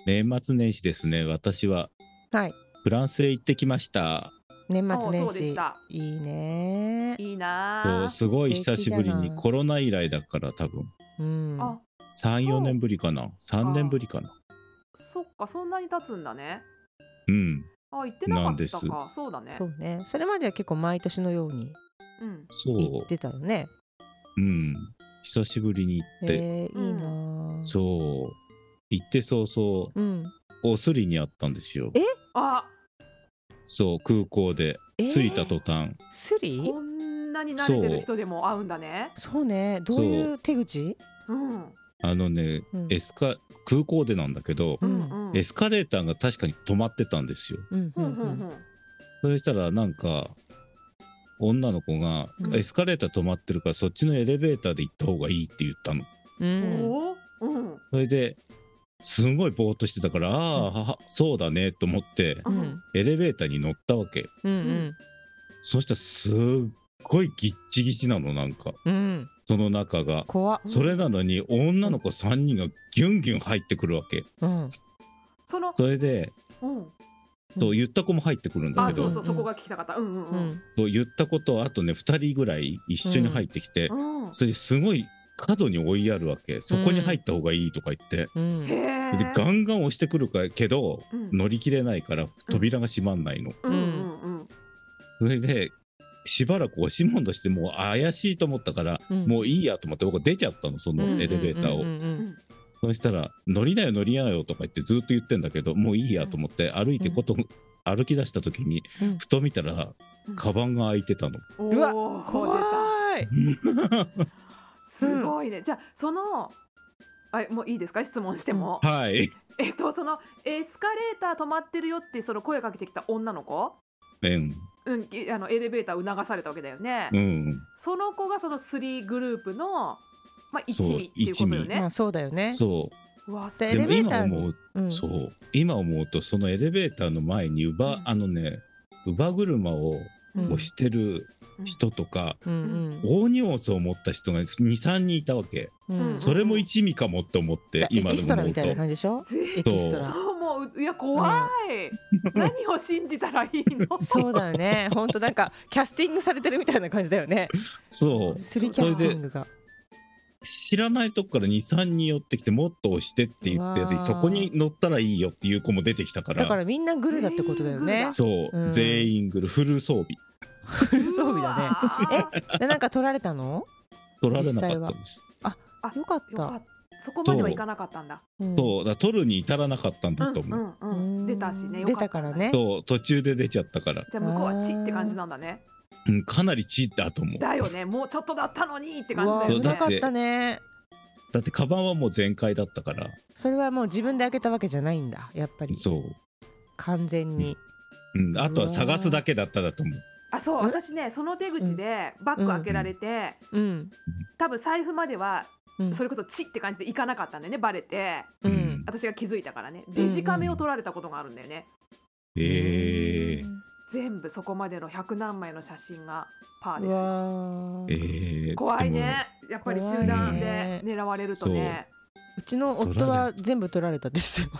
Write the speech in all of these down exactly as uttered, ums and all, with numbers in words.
年末年始ですね。私ははい。 フランスへ行ってきました。 年末おう年始そうでしたいいね。 いいそうなすごい素敵久しぶりにじゃないコロナ以来だから多分うんあ。あさん、よねんぶりかな。さんねんぶりかな。 そっか、そんなに経つんだね。 うんあ、行ってなかっなんですたか。そうだね。 そうね。それまでは結構毎年のようにうん行っそてたよね。 ううん久しぶりに行って、 えー、いいなあ。 そう行って早々 うん。 おスリにあったんですよ。 えあ、 そう空港でえー着いた途端、 スリこんなに慣れてる人でも会うんだね。 そうね。どういう手口うんあのね、 うんエスカ空港でなんだけど、 ううんんうんエスカレーターが確かに止まってたんですよ。 うんううんんうんうんうんそしたらなんか女の子が、 うんエスカレーター止まってるからそっちのエレベーターで行った方がいいって言ったの。 うんおーうんそれですごいぼーっとしてたから、ああはそうだねと思ってううんんエレベーターに乗ったわけ。 うんうんそしたらすっごいギッチギチなの、なんかうんその中が。 怖っ。 それなのに女の子さんにんがギュンギュン入ってくるわけ。 うんそのそれでうんと言った子も入ってくるんだあ、 けど、 そうそう、そこが聞きたかった。うんうんううんんと言った子とあとねふたりぐらい一緒に入ってきて、 うんそれですごい角に追いやるわけ。そこに入った方がいいとか言って、 うんへえ。 でガンガン押してくるかけどうん乗り切れないから扉が閉まんないの。 うんうんうんそれでしばらく押し問答してもう怪しいと思ったから、 うんもういいやと思って僕出ちゃったの、そのエレベーターを。 うんうんうんそしたら乗りなよ乗りなよとか言ってずっと言ってんだけど、もういいやと思って歩いてこと、歩き出した時にうんふと見たらうんカバンが開いてたの。 おうわー怖出た。 い。 すごいね。じゃあそのあもういいですか、質問しても。 はいえっとそのエスカレーター止まってるよってその声かけてきた女の子、 うんうん、いあのエレベーター促されたわけだよね。 うんその子がそのスリーグループのまあ一そう味っていうことよまねあ。そうだよね。 そうわすででもエレベーター今思う、 うんそう今思うとそのエレベーターの前に乳母、 うんあのね乳母車をうん押してる人とか、 うん大荷物を持った人がにさんにんいたわけ。 うんうんうんそれも一味かもって思ってエ今キストラみたいなで思うと。 感じでしょ。 ぜエキストラ。 そうもういや怖い、何を信じたらいいの。 そうだよね。本当なんかキャスティングされてるみたいな感じだよね。 そうスリーキャスティングが。 知らないとこからにさんにん寄ってきてもっと押してって言ってうわーそこに乗ったらいいよっていう子も出てきたから。 だからみんなグルだってことだよね。 そう、 うん全員グルフル装備フル装備だね。 ね。 え、でなんか取られたの？ 取られなかったんです。 あよかったよかった。そこまではいかなかったんだ。 うんそうだから取るに至らなかったんだとう思う。 んうんうん。出たしね。よ出かったたからね。 そう途中で出ちゃったから、 じゃあ向こうはチって感じなんだね。 うん、かなりチだと思う。 だよね。もうちょっとだったのにってうわ感じだよね。 そうだって危なかったね。 だってカバンはもう全開だったから。 それはもう自分で開けたわけじゃないんだ。やっぱりそう、 完全に。 うん、あとは探すだけだっただと思う。 あ、そうえ私ねその手口でバッグ開けられて、 うん多分財布まではうんそれこそチって感じでいかなかったんだよね。バレてううんん。 私が気づいたからね。デジカメを取られたことがあるんだよね。 えー、 全部そこまでの百何枚の写真がパーうですよ。 わえー。 ー、 怖いね。やっぱり集団で狙われるとね。 うちの夫は全部取られたですよ。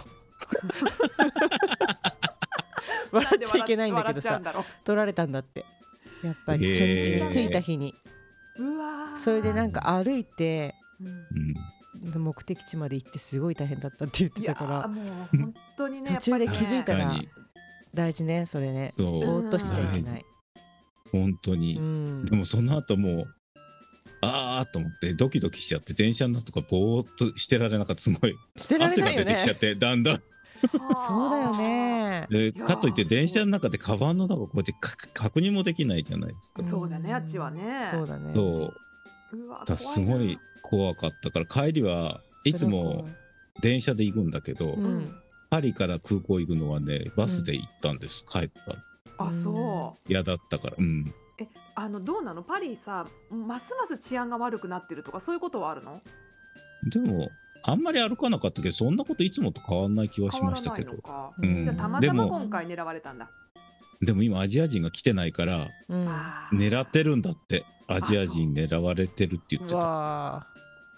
笑っちゃいけないんだけどさ、取られたんだって。やっぱり初日に着いた日に。 うわーそれでなんか歩いてうんうん、 目的地まで行ってすごい大変だったって言っていやたからーもう本当にねやっ途中でぱりね気づいたら確かに大事ねそれね。 そう、 ぼーっとしちゃいけない。 本当に、 うんでもその後もうあーと思ってドキドキしちゃって電車の中とかぼーっとしてられなかった。すごいしてられ汗がないよね。 出てきちゃってだんだんそうだよね。 でいやーかといって電車の中でカバンの中こうやってか確認もできないじゃないですか。 んそうだねあっちはね。 そうだね。 そううわだからすごい怖かったから帰りはいつも電車で行くんだけど、 う怖いなうんんパリから空港行くのはねバスで行ったんです、帰ったあそう嫌だったから。うんえあのどうなのパリさますます治安が悪くなってるとかそういうことはあるの？ でもあんまり歩かなかったけどそんなこといつもと変わんない気はしましたけど。 変わらないのか。 うんじゃあたまでもたま今回狙われたんだ。 でも今アジア人が来てないからうん。 あー狙ってるんだって。アジア人狙われてるって言ってうた。 わ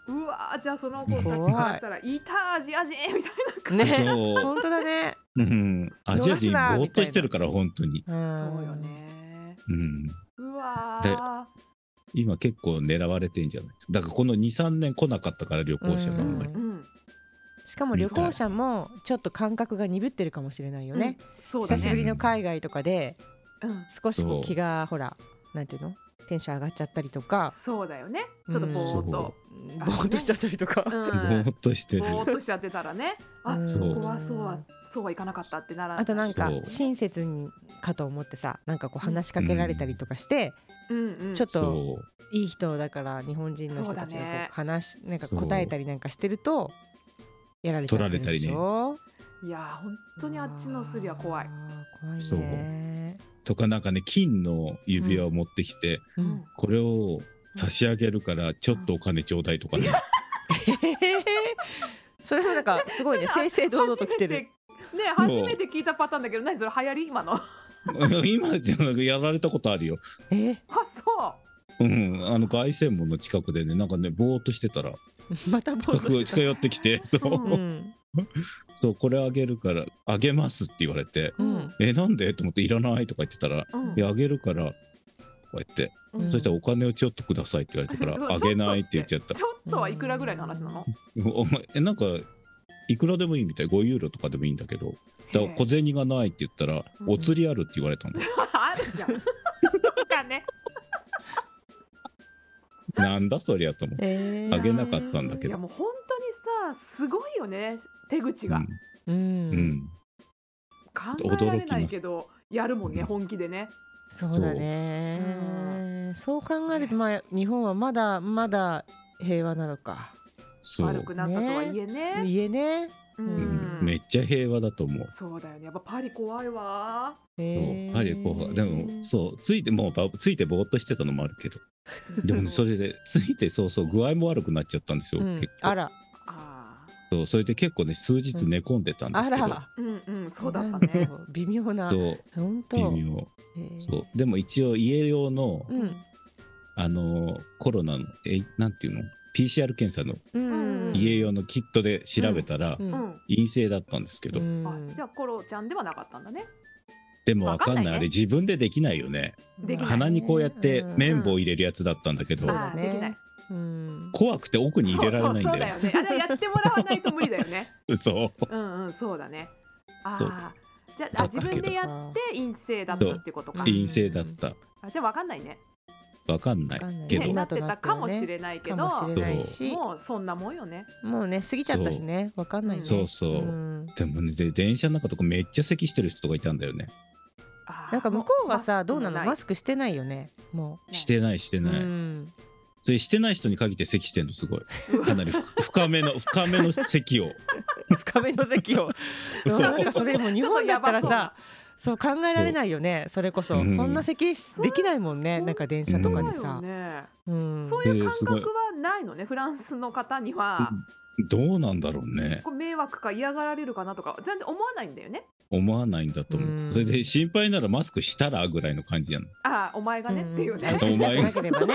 うわー、じゃあその子たちからしたらいたアジア人みたいな感ねじ。 そう本当だね。 うん、アジア人逃すなぼーっとしてるから本当に、 そうそうよ。ね。 うん、 うわでー。 今結構狙われてんじゃないですか。だからこのにさんねん来なかったから旅行者があんまり、 ううん。 しかも旅行者もちょっと感覚が鈍ってるかもしれないよね。 そうだね。 久しぶりの海外とかでうん。 少しこそうう気がほらなんていうのテンション上がっちゃったりとか、 そうだよね。ちょっとぼーっと。 ぼーっとしちゃったりとか。 うん。 ぼーっとしてる。 ぼーっとしちゃってたらね。あ、 うんそうここはそうはそうはいかなかったってなら。 あとなんかそう親切にかと思ってさ、なんかこう話しかけられたりとかして、 うんうん。 ちょっとそいい人だから日本人の人たちがこそうだねう話なんかそう答えたりなんかしてるとやられちゃってるんでしょ。 いやー、本当にあっちのスリは怖い。 あー怖いそうね。 うとかなんかね金の指輪を持ってきて、 ううんん。 これを差し上げるからちょっとお金ちょうだいとかね、 それもなんかすごいね、正々堂々と来てる。 ね、 そう初めて聞いたパターンだけど、何それ流行り今の。あ、 今じゃなくやられたことあるよ。 えそうん、あの凱旋門の近くでね、なんかねぼーっとしてたらまたぼ近ーっとしてたく近寄ってきて、そう、 うんそうこれあげるからあげますって言われて、 う。 うんえなんでと思っていらないとか言ってたら、 うんいやあげるからこうやって、 うんそしたらお金をちょっとくださいって言われてからあげないって言っちゃった。 ちょっとはいくらぐらいの話なの？ お前えなんかいくらでもいいみたい、ごユーロとかでもいいんだけど、だから小銭がないって言ったら、 うんお釣りあるって言われたの。 あるじゃん。とかね。 なんだそりゃと思って。 えーあげなかったんだけどいやもう本当にさ、すごいよね、手口が。 ううんん、 考えられないけどやるもんね、本気でね。 そうだね。そう考えるとまあ日本はまだまだ平和なのか。 そう、 悪くなったとはいえね。 家ね。 ううんん、めっちゃ平和だと思う。 そうだよね。やっぱパリ怖いわ。 えそうパリこうでもそうついてもうばついてぼーっとしてたのもあるけど、でもねそれでついてそうそう具合も悪くなっちゃったんですよ、 うん結構。 あらあそうそれで結構ね数日寝込んでたんですけど、 あら。 あ、うんうん、そうだったなんね。 と微妙な。 そう本当。 微妙、 えーそうでも一応家用の、 うんあのーコロナのえなんていうの ピーシーアール 検査のうん家用のキットで調べたら、 うんうん。 陰性だったんですけど、 うんあ、じゃあコロちゃんではなかったんだね。 でもわかんないわかんないねあれ自分でできないよね。 できない鼻にこうやってうん綿棒入れるやつだったんだけど、 そうあー、できない。 うん怖くて奥に入れられないんだよ。 そうそうそうだよね。あれやってもらわないと無理だよね。 そううんうん、そうだね。あそうあ、じゃあ、あ自分でやって陰性だったってことか。 うん陰性だった。 あ、じゃあわかんないね。 わかんないけど、 ね、なってたかもしれないけど、 かもしれないし、 もうそんなもんよね。 もうね過ぎちゃったしね、わかんないね。 そうそう、 んでもねで電車の中とかめっちゃ咳してる人とかいたんだよね。 あーなんか向こうはさどうなのマススクしてないよねもしてないしてう。 ない、 うんそれしてない人に限って咳してんのすごいクかなりふ深めの深めの咳を深めの席をそうなんかそれもう日本だったらちょっとやさそう考えられないよねそれこそ、 うんそんな席できないもんねなんか電車とかでそうよさ、 ね。 うんそういう感えーすごい覚はないのね。フランスの方には、 どうなんだろうね、 これ迷惑か嫌がられるかなとか全然思わないんだよね。 思わないんだと思う、 うんそれで心配ならマスクしたらぐらいの感じやの。 ああ、お前がねっていううんね。 そうお前なければね、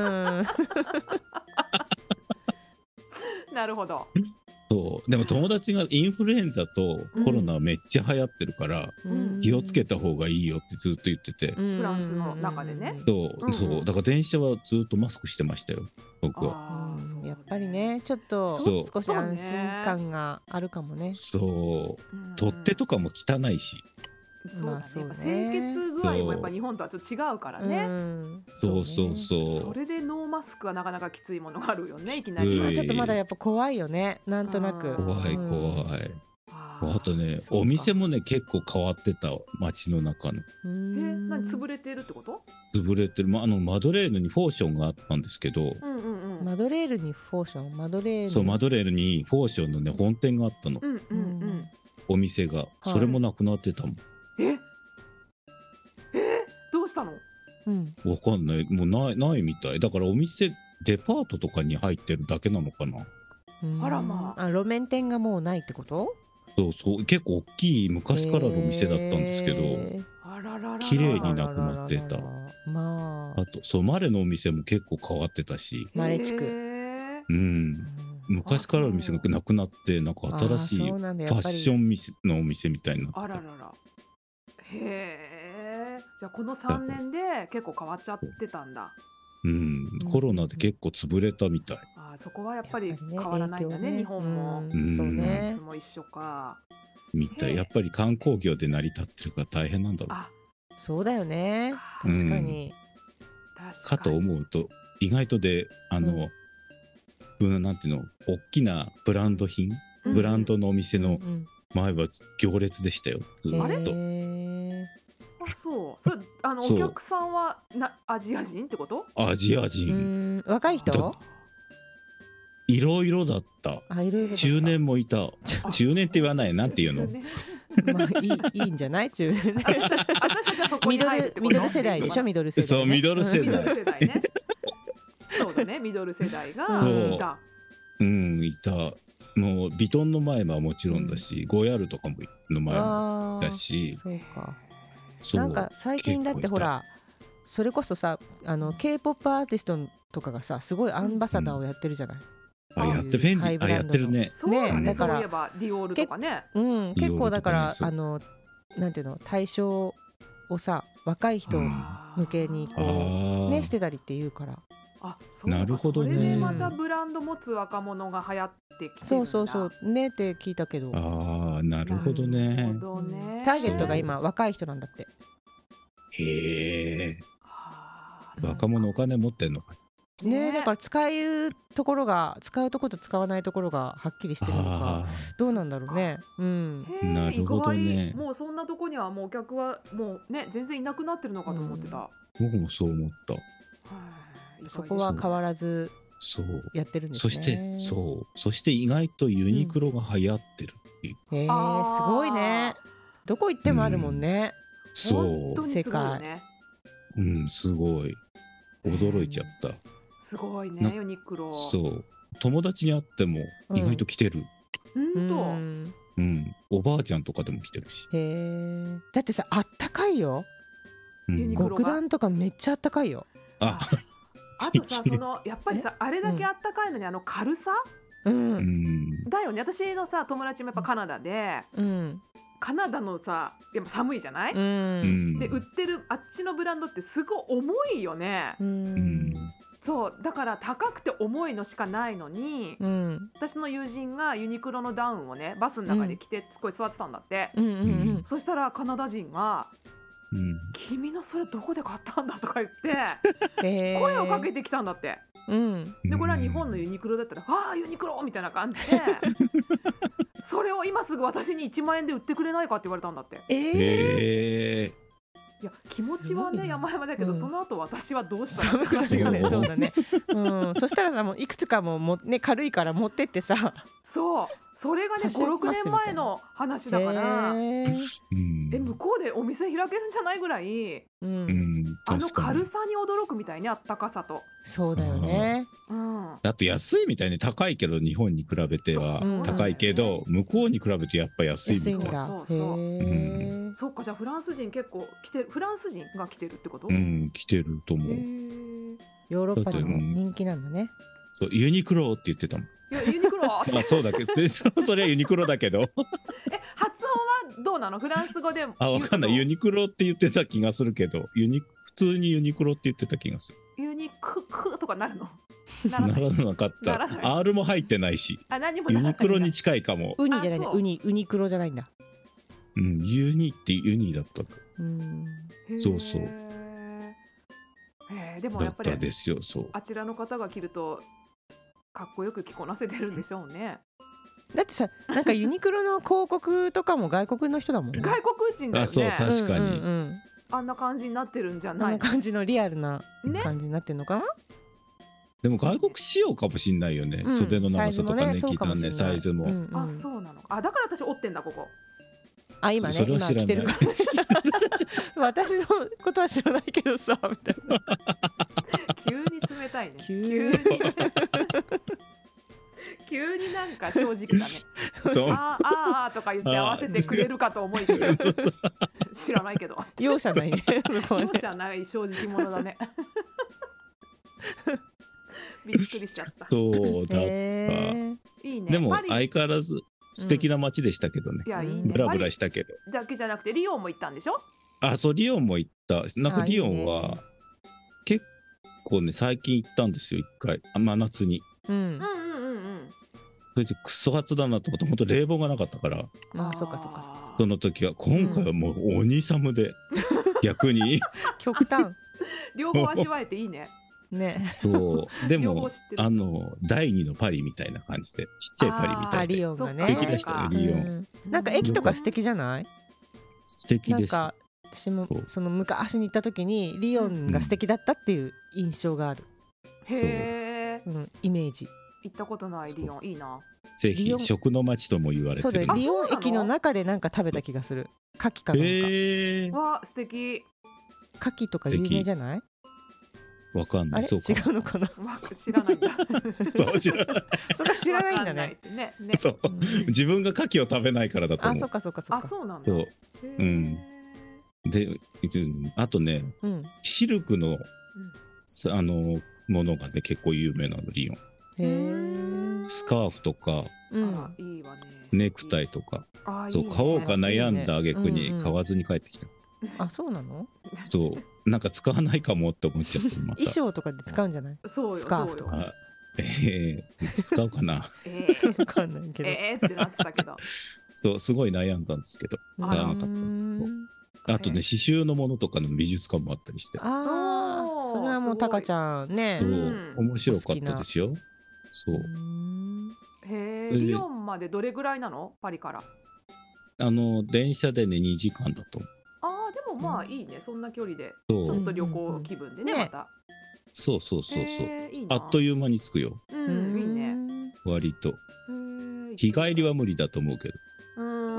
なるほど。 そうでも友達がインフルエンザとコロナめっちゃ流行ってるから、 うん気をつけた方がいいよってずっと言ってて、 フランスの中でねそう、 うんうんそうだから電車はずっとマスクしてましたよ僕は。 ああ、そうねやっぱりねちょっとそう少し安心感があるかもね。 そううん取っ手とかも汚いし、 そうだね。 まあそうねやっぱ清潔具合もやっぱ日本とはちょっと違うからね。 うんそうそううそうそれでノーマスクはなかなかきついものがあるよね。いきなり。 きついまあちょっとまだやっぱ怖いよねなんとなく。 うん怖いうん怖い、 あーあとねそうかお店もね結構変わってた街の中のうえ、 ん何潰れてるってこと？ 潰れてる、まあのマドレーヌにフォーションがあったんですけど、 うんうんうん。 マドレールにフォーションマドレールそうマドレーヌにフォーションのね本店があったの、 うんうんうん。 お店がそれもなくなってたもん、 え？え？どうしたの？ うんわかんないもうないないみたいだからお店デパートとかに入ってるだけなのかな。 うんあらまあ路面店がもうないってこと？ そうそう結構大きい昔からのお店だったんですけど、 へーあらららら。 綺麗になくなってた。 まああとそうマレのお店も結構変わってたし、 マレ地区へーうん、昔からの店がなくなってなんか新しいファッション店のお店みたいになってた。 あららら。へえ。じゃあこのさんねんで結構変わっちゃってたんだ。 うん、コロナで結構潰れたみたい。 ああ、そこはやっぱり変わらないんだね、日本も。 うん、そうね。 フランスも一緒か。 みたい。やっぱり観光業で成り立ってるから大変なんだろう。 あ、そうだよね。確かに。 うん、かと思うと意外とであの、うん、なんていうの、大きなブランド品、うん、ブランドのお店の前は行列でしたよ。ずっと。 あれ？あ、そう。それあのお客さんはなアジア人ってこと？ アジア人。 うん、若い人？ いろいろだった。 あ、いろいろだった。 中年もいた。中年って言わない、なんていうの？ まあいいいいんじゃない？中年。ミドルミドル世代でしょ、ミドル世代、ね。 そう、ミドル世代。 ミドル世代ね。そうだね、ミドル世代がいた。 うん、いた。もうヴィトンの前はもちろんだし、うん、ゴヤルとかもの前もだし。 そうか。なんか最近だってほら、それこそさ、あの K-ポップ アーティストとかがさ、すごいアンバサダーをやってるじゃない。 うん、あ、やってフェンディ、あ、やってるね。 ね、だからそういえばディオールとかね。 うん、結構だからあのなんていうの、対象をさ、若い人向けにこうねしてたりっていうから。 あ、そうなるほどね。 それでまたブランド持つ若者が流行ってきてるんだ。 そうそうそうねって聞いたけど。 ああ、なるほどね。 なるほどね。 ターゲットが今若い人なんだって。 へえ。若者お金持ってんのかね。だから使うところが使うところと使わないところがはっきりしてるのかどうなんだろうね。うん。 なるほどね。 もうそんなとこにはもうお客はもうね全然いなくなってるのかと思ってた。 僕もそう思った。 そこは変わらずやってるんですね。 そしてそうそして意外とユニクロが流行ってるっていう。 へえ、すごいね。どこ行ってもあるもんね。 そう世界。 うん、すごい驚いちゃった。 すごいね、ユニクロ。 そう友達に会っても意外と着てる。 うんと、 うん、おばあちゃんとかでも着てるし。 へえ。だってさ、あったかいよ。極暖とかめっちゃあったかいよ。 ああとさ、そのやっぱりさ、あれだけあったかいのにあの軽さ、 うん、 だよね。私のさ友達もやっぱカナダで、うん、カナダのさやっぱ寒いじゃない、うん、で売ってるあっちのブランドってすごい重いよね、うん、そうだから高くて重いのしかないのに、うん、私の友人がユニクロのダウンをねバスの中で着てすごい座ってたんだって、うんうんうん、そしたらカナダ人がうん、君のそれどこで買ったんだとか言って声をかけてきたんだって、うん、でこれは日本のユニクロだったらああユニクロみたいな感じでそれを今すぐ私にいちまんえんで売ってくれないかって言われたんだって。 えー、 いや気持ちはね山々だけど、うん、その後私はどうしたのって感じがね。そうだね、うん、そしたらさもういくつかもも、ね、軽いから持ってってさそうそれがねごろくねんまえの話だから、え向こうでお店開けるんじゃないぐらい、うん、あの軽さに驚くみたいにあったかさと。 そうだよね、 うん、あと安いみたいに高いけど日本に比べては高いけど、うん、向こうに比べてやっぱ安いみたい。 安いんだ。 そうそう、うん、そっか。じゃあフランス人結構来てる、フランス人が来てるってこと？ うん来てると思う。 ヨーロッパでも人気なんだね。 そうユニクロって言ってたもん。 いやユニクロまあそうだけどそれはユニクロだけどえ発音はどうなの？フランス語でもあ、わかんない。ユニクロって言ってた気がするけどユニ普通にユニクロって言ってた気がする。 ユニククとかなるの？ ならなかった。 R も入ってないし。 あ、何もならない。 ユニクロに近いかも。 ウニじゃないね。ウニウニクロじゃないんだ。 うん、ユニってユニだった。うん、そうそう。 えー、でもやっぱりですよ。そうあちらの方が着るとかっこよく着こなせてるんでしょうね。 だってさ、なんかユニクロの広告とかも外国の人だもんね。 外国人だよね。 あ、そう確かに、うんうんうん、 あんな感じになってるんじゃないの？ あんな感じのリアルな感じになってるのかな、ね、 でも外国仕様かもしんないよね、うん、袖の長さとかね、聞いたね、サイズも、うんうん、 あ、そうなの。あ、だから私折ってんだここ。 あ、今ね、今着てるから私のことは知らないけどさみたいな急に冷たいね。 急に急になんか正直だねあーあーとか言って合わせてくれるかと思いきや知らないけど容赦ないね容赦ない正直者だねびっくりしちゃった。 そうだった、えー、いいね。 でも相変わらず素敵な街でしたけどね、 うん、いやいいね、 ブラブラしたけど。 だけじゃなくてリヨンも行ったんでしょ。 あ、そう、リヨンも行った。なんかリヨンは結構ね最近行ったんですよ、一回、真夏に、 うん、うんうんうんうんそれでクソ暑だなと思って、本当冷房がなかったから、 ああ、そっかそっか、 その時は。今回はもう鬼寒で、うん、逆に極端両方味わえていいね。 ね、 そうでもあの第二のパリみたいな感じで、ちっちゃいパリみたいでリヨンがね、 素敵でしたよ、リヨン、 うん、なんか駅とか素敵じゃない？ 素敵です。 なんか私もその昔に行った時にリヨンが素敵だったっていう印象がある、 うん、へー、うん、イメージ。 行ったことないリヨン、いいな。 ぜひ食の街とも言われてる。 そうだよ、リヨン駅の中でなんか食べた気がする。牡蠣かなんか。 へー、わ、素敵。 牡蠣とか有名じゃない？ わかんない。そうか。 違うのかな。 知らないんだ。 そう知らない。 そっか、知らないんだね。 ねね。 そう、うん、自分が牡蠣を食べないからだと思う。 あ、そっかそっかそっか。 あ、そうなんだ。 そう。うん。で、あとね、うん、シルクの、うん、あのものがね結構有名なの、リヨン。 へー。 スカーフとか、 うん、いいわね、 ネクタイとか、そう、いいね、買おうか悩んだ挙句に買わずに帰ってきた。 あ、そうなの？ そうなんか使わないかもって思っちゃって、また衣装とかで使うんじゃない？ そうよ、 スカーフとか。 えー、使うかな。 えー、 分かんないけど、 えーってなってたけどそうすごい悩んだんですけど買わなかったんですけど、あとね、刺繍のものとかの美術館もあったりして、 ああ、それはもうタカちゃんね、 そう、うん、面白かったですよ。そう。 へえ、リヨンまでどれぐらいなの？パリから。 あの電車でねにじかんだと。 ああ、でもまあいいね、そんな距離でちょっと旅行気分でね、また。 そうそうそうそう、いい、あっという間に着くよ。 うん、いいね。 割と日帰りは無理だと思うけど。 うん、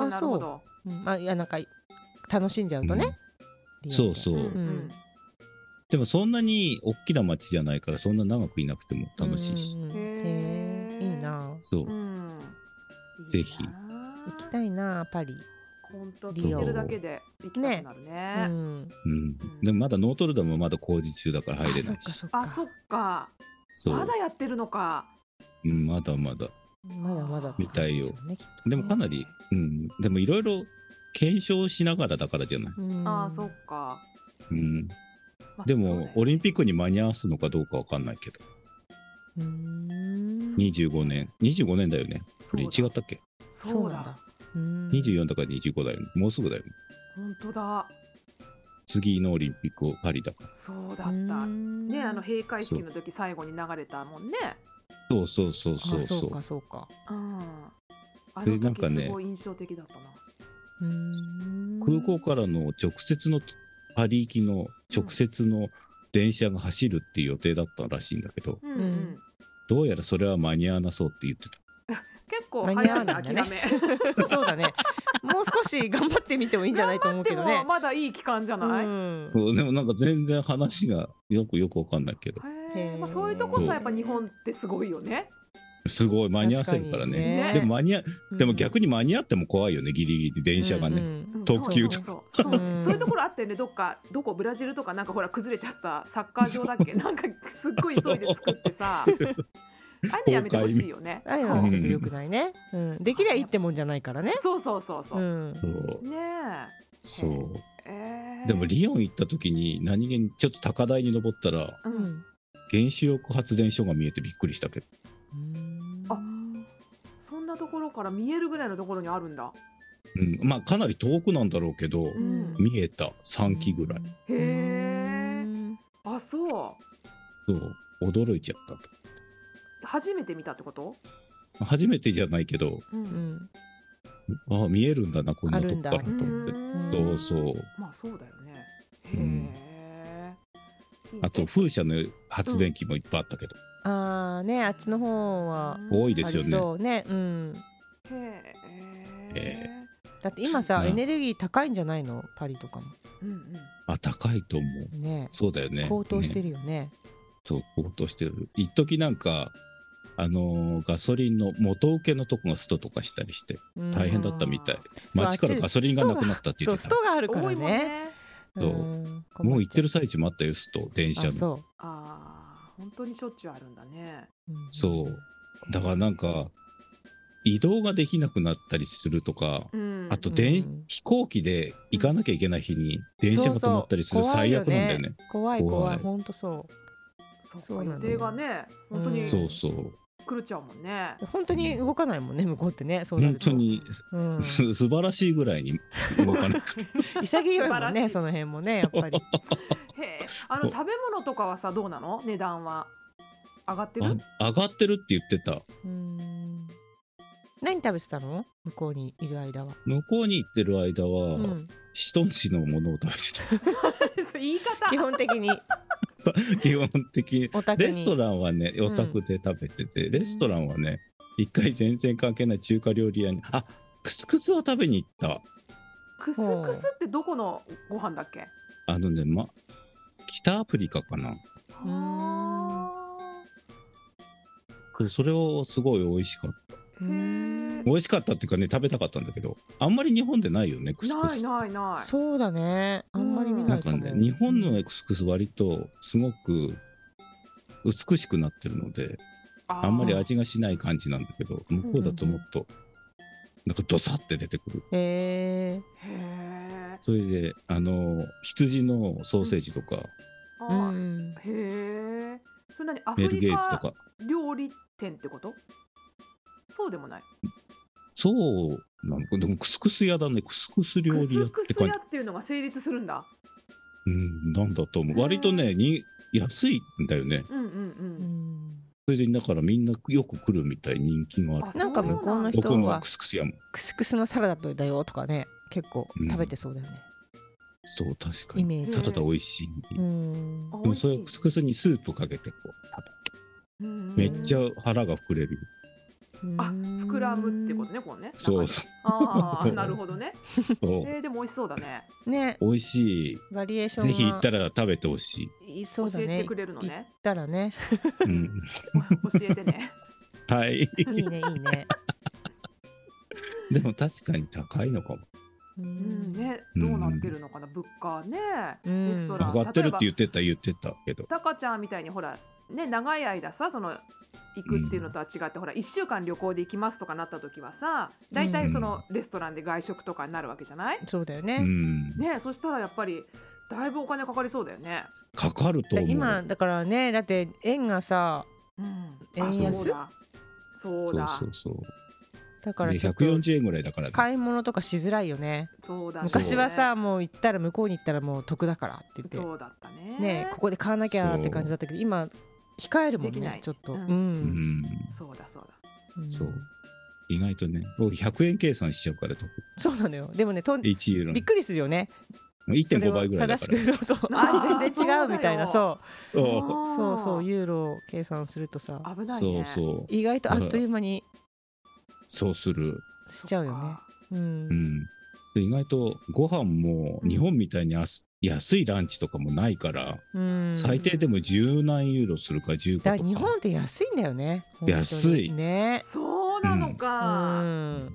なるほど。 まあ、いや、なんか楽しんじゃうとね、 うん、そうそう、うん、でもそんなに大きな街じゃないからそんな長くいなくても楽しいし。 へえ、いいな。 そう、うん、ぜひ行きたいな、パリ。 本当聞いてるだけで行きたくなるね。ね、うん、 うん、でもまだノートルダムはまだ工事中だから入れないし。 あ、そっか。まだやってるのか。 うん、まだまだ。 まだまだみたいよ。でもかなり、うん、でもいろいろ検証しながらだからじゃない。 ああ、そっか。 うん。でもオリンピックに間に合わすのかどうかわかんないけど。うん。にじゅうごねん、にじゅうごねんだよね。これ違ったっけ？ そうだ。 にじゅうよんだからにじゅうごだよね。もうすぐだよね。 本当だ。 次のオリンピックパリだから。 そうだった。ね、あの閉会式の時最後に流れたもんね。 そうそうそうそうそう。 そうかそうか。 うん。あの時すごい印象的だったな。 うん、空港からの直接のパリ行きの直接の電車が走るっていう予定だったらしいんだけど、うんうん、どうやらそれは間に合わなそうって言ってた。 結構早いな、諦め。 そうだね。もう少し頑張ってみてもいいんじゃないと思うけどね。 まだいい期間じゃない？うん、 でもなんか全然話がよくよくわかんないけど。 まあ、そういうとこさやっぱ日本ってすごいよね。 すごい間に合わせるからね。ね、でも間に合、でも逆に間に合っても怖いよね、ギリギリ電車がね、うんうん、特急とか。 そういうところあってね、どっかどこブラジルとかなんかほら崩れちゃったサッカー場だっけ、なんかすっごい急いで作ってさ。あれやめてほしいよね。 あれはちょっと良くないね。うん、できりゃいいってもんじゃないからね。 そうそうそうそう。うん、 そうねえ。そう。えー、でもリヨン行った時に何気にちょっと高台に登ったら、うん、原子力発電所が見えてびっくりしたけど。 あ、そんなところから見えるぐらいのところにあるんだ。 うん、まあかなり遠くなんだろうけど、うん、見えたさんきぐらい。 へえ。あ、そう。 そう驚いちゃったと。 初めて見たってこと？ 初めてじゃないけど、うん、あ、見えるんだなこんなとこからと思って。そうそう。 まあそうだよね。へえ。 うん、あと風車の発電機もいっぱいあったけど。 うん、ああね、あっちの方は多いですよね。 そうね。うん。 へえ。 だって今さ、エネルギー高いんじゃないの、パリとかも。 うんうん。 あ、高いと思う。ね。そうだよね。 高騰してるよね。 そう、高騰してる。一時なんかあのー、ガソリンの元請けのとこがストとかしたりして大変だったみたい。街からガソリンがなくなったって言ってた。 そう、ストがあるからね。 そう、もう行ってる最中もあったよ、スト電車の。 そう。あ本当にしょっちゅうあるんだね。 そうだからなんか移動ができなくなったりするとか、うん、あとで、うん、飛行機で行かなきゃいけない日に電車が止まったりする、最悪なんだよね。 怖い怖い本当そうそうそう予定がね本当にそうそう狂っちゃうもんね。 本当に動かないもんね向こうってね。そうなると本当に、うん、す素晴らしいぐらいに動かない潔いもんねその辺もねやっぱり。 へえ、あの食べ物とかはさどうなの？値段は上がってる？ 上がってるって言ってた。 うん、何食べてたの？向こうにいる間は。 向こうに行ってる間は、うん、人んちのものを食べてた言い方基本的に基本的にレストランはねお宅で食べてて、うん、レストランはね一回全然関係ない中華料理屋にあクスクスを食べに行った。 クスクスってどこのご飯だっけ？ あのね、ま、北アフリカかな。 あそれをすごい美味しかった。へ美味しかったっていうかね食べたかったんだけどあんまり日本でないよねクスクス。 ないないない。 そうだねあんまり見ないかも。 なんかね日本のクスクス割とすごく美しくなってるのであんまり味がしない感じなんだけど向こうだともっとなんかドサって出てくる。 へえ。 それであの羊のソーセージとか、 うん、あへえ。それ何アフリカメルゲーズとか料理店ってこと？そうでもない。 そうなんかでもクスクス屋だね。クスクス料理屋って感じ。 クスクス屋っていうのが成立するんだ。 うんなんだと思う。割とねに安いんだよね。 うんうんうん。 それでだからみんなよく来るみたい人気がある。 なんか向こうの人は僕もクスクス屋もクスクスのサラダだよとかね結構食べてそうだよね。 うん、そう確かにサラダ美味しい。 うん。 でもそれクスクスにスープかけてこう食べてめっちゃ腹が膨れるよ。 あ、膨らむってことね、こうね。 そうそう。 ああ、なるほどね。えー、でも美味しそうだね。 ね。 美味しい。 バリエーション。 ぜひ行ったら食べてほしい。そうだね。 教えてくれるのね。 行ったらね。 うん。 教えてね。 はい。いいね、いいね。 でも確かに高いのかも。 うんね、どうなってるのかな、物価ね。レストラン上がってるって言ってた言ってたけど。 タカちゃんみたいにほらね長い間さその行くっていうのとは違って、うん、ほらいっしゅうかん旅行で行きますとかなった時はさだいたいそのレストランで外食とかになるわけじゃない？ そうだよね。 ねそしたらやっぱりだいぶお金かかりそうだよね。 かかると思う。 今だからねだって円がさ、 うん、 円安。 そうだそうだそうそうそうだからひゃくよんじゅうえんぐらいだから、ね、 買い物とかしづらいよね。 そうだね。 昔はさもう行ったら向こうに行ったらもう得だからって言ってそうだったね。 ねここで買わなきゃって感じだったけど今控えるもんねちょっと、うんうん、 そうだそうだ、 うん、そう意外とね僕ひゃくえん計算しちゃうから得。 そうなのよ。でもねといちユーロびっくりするよね。 いってんごばいぐらいだから。 そうそうあ全然違うみたいなそうそうそうそうユーロ計算するとさ危ないね。 そうそう意外とあっという間にそうするしちゃうよね。うん、 うん、意外とご飯も日本みたいに安いランチとかもないから、うん、最低でも十何ユーロするかじゅうかとか。 だ日本って安いんだよね。 安いね。 そうなのか、うん、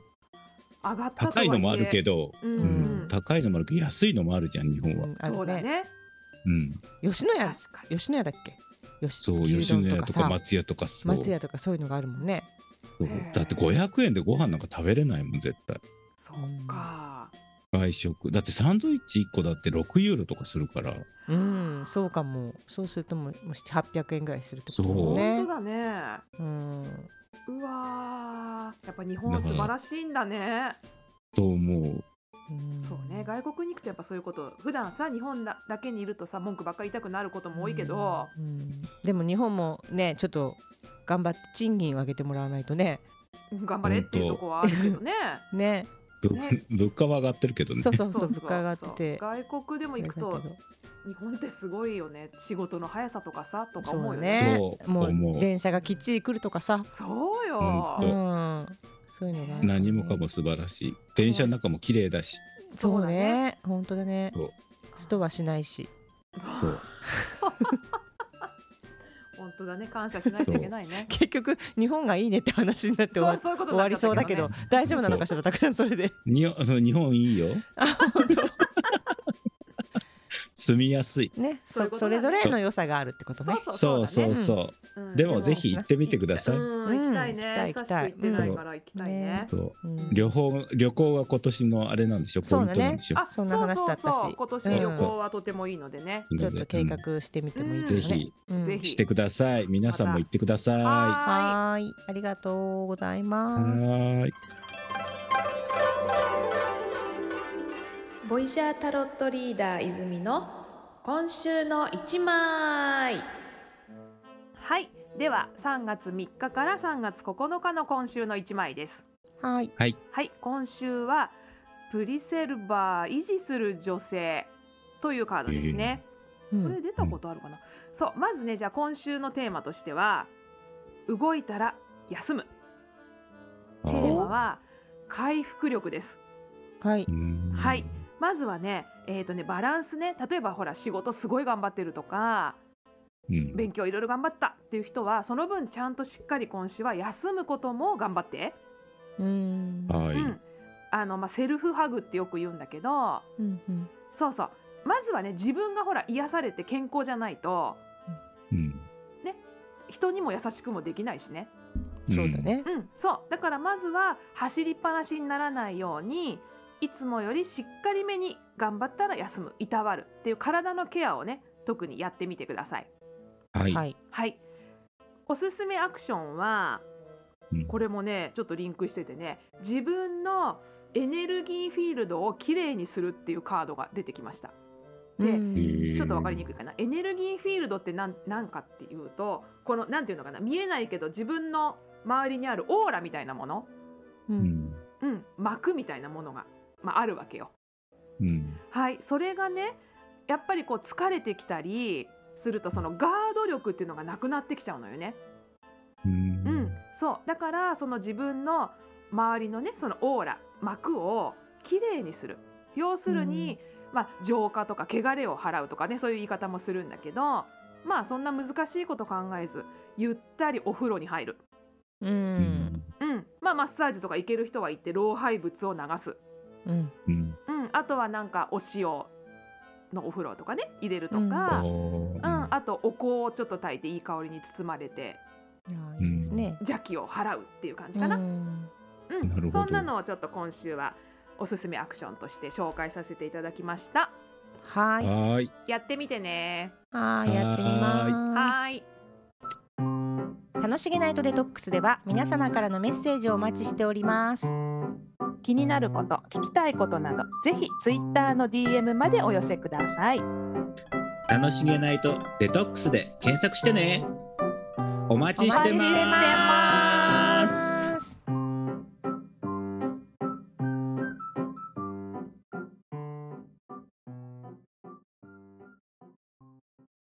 上がったとはいえ高いのもあるけど、うんうん、高いのもあるけど安いのもあるじゃん日本は、うん、 そうだね、 うん、 吉野家吉野家だっけよしそう吉野家とか松屋とかそう松屋とかそういうのがあるもんね。 だってごひゃくえんでご飯なんか食べれないもん絶対。 そうか外食だってサンドイッチいっこだってろくユーロとかするから。 うんそうかも。そうするともうななひゃくえんぐらいするってことだね。 そうだね。うんうわやっぱ日本素晴らしいんだね。 と思う。 そうね外国に行くとやっぱそういうこと普段さ日本 だ, だけにいるとさ文句ばっかり言いたくなることも多いけど、 うんうん、でも日本もねちょっと頑張って賃金を上げてもらわないとね頑張れっていうとこはあるけどねねね物価は上がってるけどね。 そうそうそう物価上がってて外国でも行くと日本ってすごいよね仕事の速さとかさとか思うよね。そうもう電車がきっちり来るとかさそうよ、 うん、そういうのが、ね、 何もかも素晴らしい。電車の中も綺麗だし。 そうね本当だね。そうストはしないし。 そう本当だね感謝しないといけないね。 結局日本がいいねって話になって終わ、そうそういうことになっちゃったけどね、終わりそうだけど大丈夫なのかしらたくさんそれでにその日本いいよ。 あ本当住みやすいね、そ, それぞれの良さがあるってことね。 そうそうそう、うん、でもぜひ行ってみてください。 うん、行きたいね。久しく行ってないから行きたいね。 そう、うん、旅行旅行が今年のあれなんでしょ、ポイントなんでしょ。 あ、そんな話だったし、 今年旅行はとてもいいのでね、 うん、ちょっと計画してみてもいいですね。 ぜひ、うん、ぜひしてください。皆さんも行ってください。 はい、ありがとうございます。はい。 ボイシャータロットリーダー泉の今週の一枚。はい、ではさんがつみっかからさんがつここのかの今週の一枚です。 はい、 はいはい、今週はプリセルバー維持する女性というカードですね、えー、これ出たことあるかな、うん、そう、まずね、じゃあ今週のテーマとしては動いたら休む。テーマは回復力です。 はい、 はい、まずはね、えーとね、バランスね。例えばほら仕事すごい頑張ってるとか、うん、勉強いろいろ頑張ったっていう人はその分ちゃんとしっかり今週は休むことも頑張って。 うーん、 はい、 うん、あのまあ、セルフハグってよく言うんだけど、 うんうん、 そうそう、まずはね、自分がほら癒されて健康じゃないと、 うんね、人にも優しくもできないしね。 そうだね、 うん、そうだからまずは走りっぱなしにならないように、いつもよりしっかりめに頑張ったら休む、いたわるっていう体のケアをね、特にやってみてください。 はい、 はいはい、おすすめアクションは、 うん、 これもねちょっとリンクしててね、自分のエネルギーフィールドをきれいにするっていうカードが出てきました。で、ちょっと分かりにくいかな。エネルギーフィールドって何、何かっていうと、このなんていうのかな、見えないけど自分の周りにあるオーラみたいなもの、 うんうん、膜みたいなものが、まあ、あるわけよ、 うん、 はい、それがねやっぱりこう疲れてきたりすると、そのガード力っていうのがなくなってきちゃうのよね。 うん、 うん、そうだからその自分の周りのね、そのオーラ膜をきれいにする。要するに、うん、まあ、浄化とか汚れを払うとかね、そういう言い方もするんだけど、まあそんな難しいこと考えずゆったりお風呂に入る。 うんうん、まあマッサージとか行ける人は行って老廃物を流す。 うんうん、 あとはなんかお塩のお風呂とかね入れるとか、うんうん、あとお香をちょっと炊いていい香りに包まれて、 いいですね、 邪気を払うっていう感じかな。うんうん、そんなのをちょっと今週はおすすめアクションとして紹介させていただきました。 はい、 はいやってみてね。 はいやってみます。 はい、 楽しげナイトデトックスでは皆様からのメッセージをお待ちしております。 気になること、聞きたいことなど、ぜひツイッターの ディーエム までお寄せください。 楽しげナイトデトックスで検索してね。お待ちしてます。